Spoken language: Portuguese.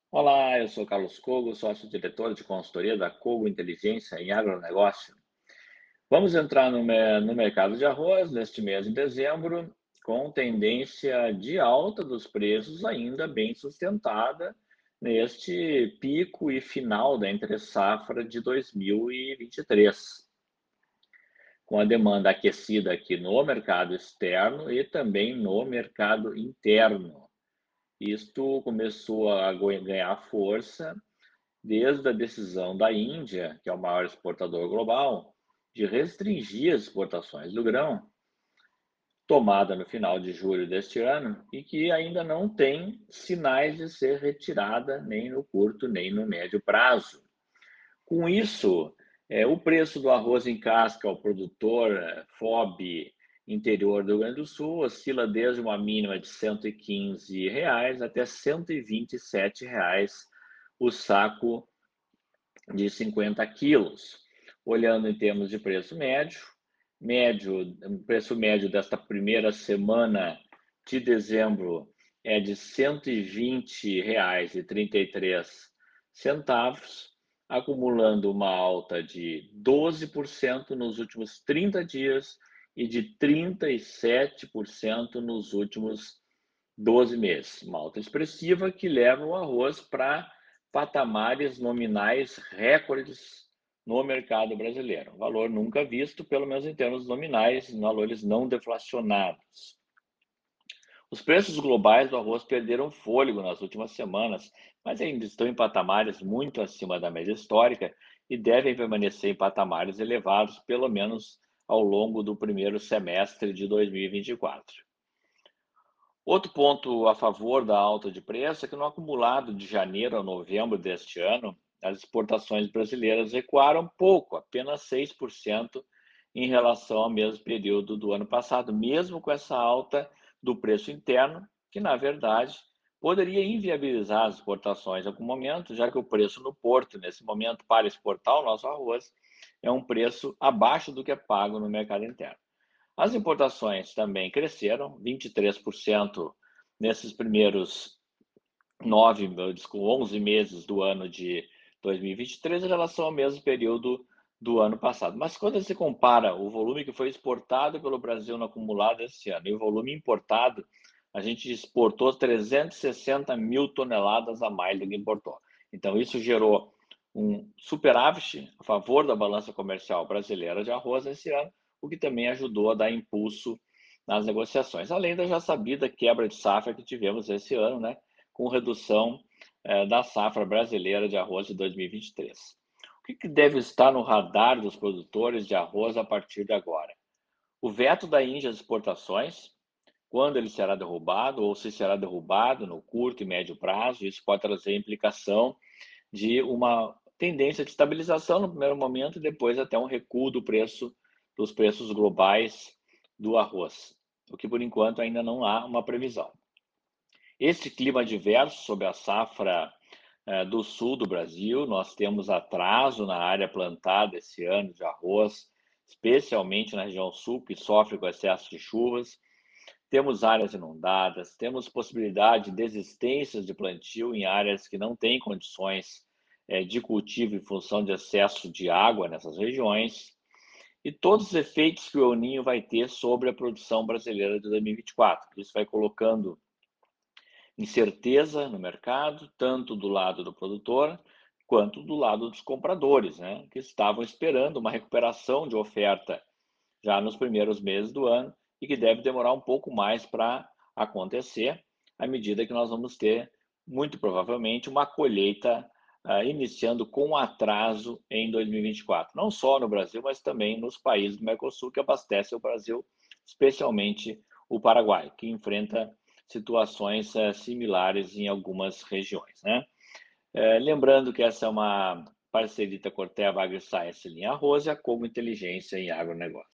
Olá, eu sou Carlos Cogo, sócio-diretor de consultoria da Cogo Inteligência em Agronegócio. Vamos entrar no mercado de arroz neste mês de dezembro, com tendência de alta dos preços ainda bem sustentada neste pico e final da entre-safra de 2023, com a demanda aquecida aqui no mercado externo e também no mercado interno. Isto começou a ganhar força desde a decisão da Índia, que é o maior exportador global, de restringir as exportações do grão, tomada no final de julho deste ano, e que ainda não tem sinais de ser retirada nem no curto nem no médio prazo. Com isso, o preço do arroz em casca ao produtor FOB interior do Rio Grande do Sul oscila desde uma mínima de R$ 115 até R$ 127 o saco de 50 quilos. Olhando em termos de o preço médio desta primeira semana de dezembro é de R$ 120,33, acumulando uma alta de 12% nos últimos 30 dias e de 37% nos últimos 12 meses. Uma alta expressiva que leva o arroz para patamares nominais recordes no mercado brasileiro. Um valor nunca visto, pelo menos em termos nominais, em valores não deflacionados. Os preços globais do arroz perderam fôlego nas últimas semanas, mas ainda estão em patamares muito acima da média histórica e devem permanecer em patamares elevados, pelo menos ao longo do primeiro semestre de 2024. Outro ponto a favor da alta de preço é que no acumulado de janeiro a novembro deste ano, as exportações brasileiras recuaram pouco, apenas 6% em relação ao mesmo período do ano passado, mesmo com essa alta do preço interno, que na verdade poderia inviabilizar as exportações em algum momento, já que o preço no porto, nesse momento, para exportar o nosso arroz, é um preço abaixo do que é pago no mercado interno. As importações também cresceram 23% nesses primeiros 11 meses do ano de 2023 em relação ao mesmo período do ano passado. Mas quando se compara o volume que foi exportado pelo Brasil no acumulado esse ano e o volume importado, a gente exportou 360 mil toneladas a mais do que importou. Então, isso gerou um superávit a favor da balança comercial brasileira de arroz esse ano, o que também ajudou a dar impulso nas negociações, além da já sabida quebra de safra que tivemos esse ano, né, com redução da safra brasileira de arroz de 2023. O que deve estar no radar dos produtores de arroz a partir de agora? O veto da Índia às exportações, quando ele será derrubado ou se será derrubado no curto e médio prazo, isso pode trazer implicação de uma tendência de estabilização no primeiro momento e depois até um recuo dos preços globais do arroz, o que por enquanto ainda não há uma previsão. Este clima adverso sobre a safra do sul do Brasil, nós temos atraso na área plantada esse ano de arroz, especialmente na região sul, que sofre com excesso de chuvas. Temos áreas inundadas, temos possibilidade de desistências de plantio em áreas que não têm condições de cultivo em função de excesso de água nessas regiões, e todos os efeitos que o El Niño vai ter sobre a produção brasileira de 2024. Isso vai colocando incerteza no mercado, tanto do lado do produtor quanto do lado dos compradores, né, que estavam esperando uma recuperação de oferta já nos primeiros meses do ano e que deve demorar um pouco mais para acontecer, à medida que nós vamos ter, muito provavelmente, uma colheita iniciando com atraso em 2024, não só no Brasil, mas também nos países do Mercosul que abastecem o Brasil, especialmente o Paraguai, que enfrenta situações similares em algumas regiões, né? Lembrando que essa é uma parceria da Corteva AgriScience em arroz e a Como Inteligência em agronegócio.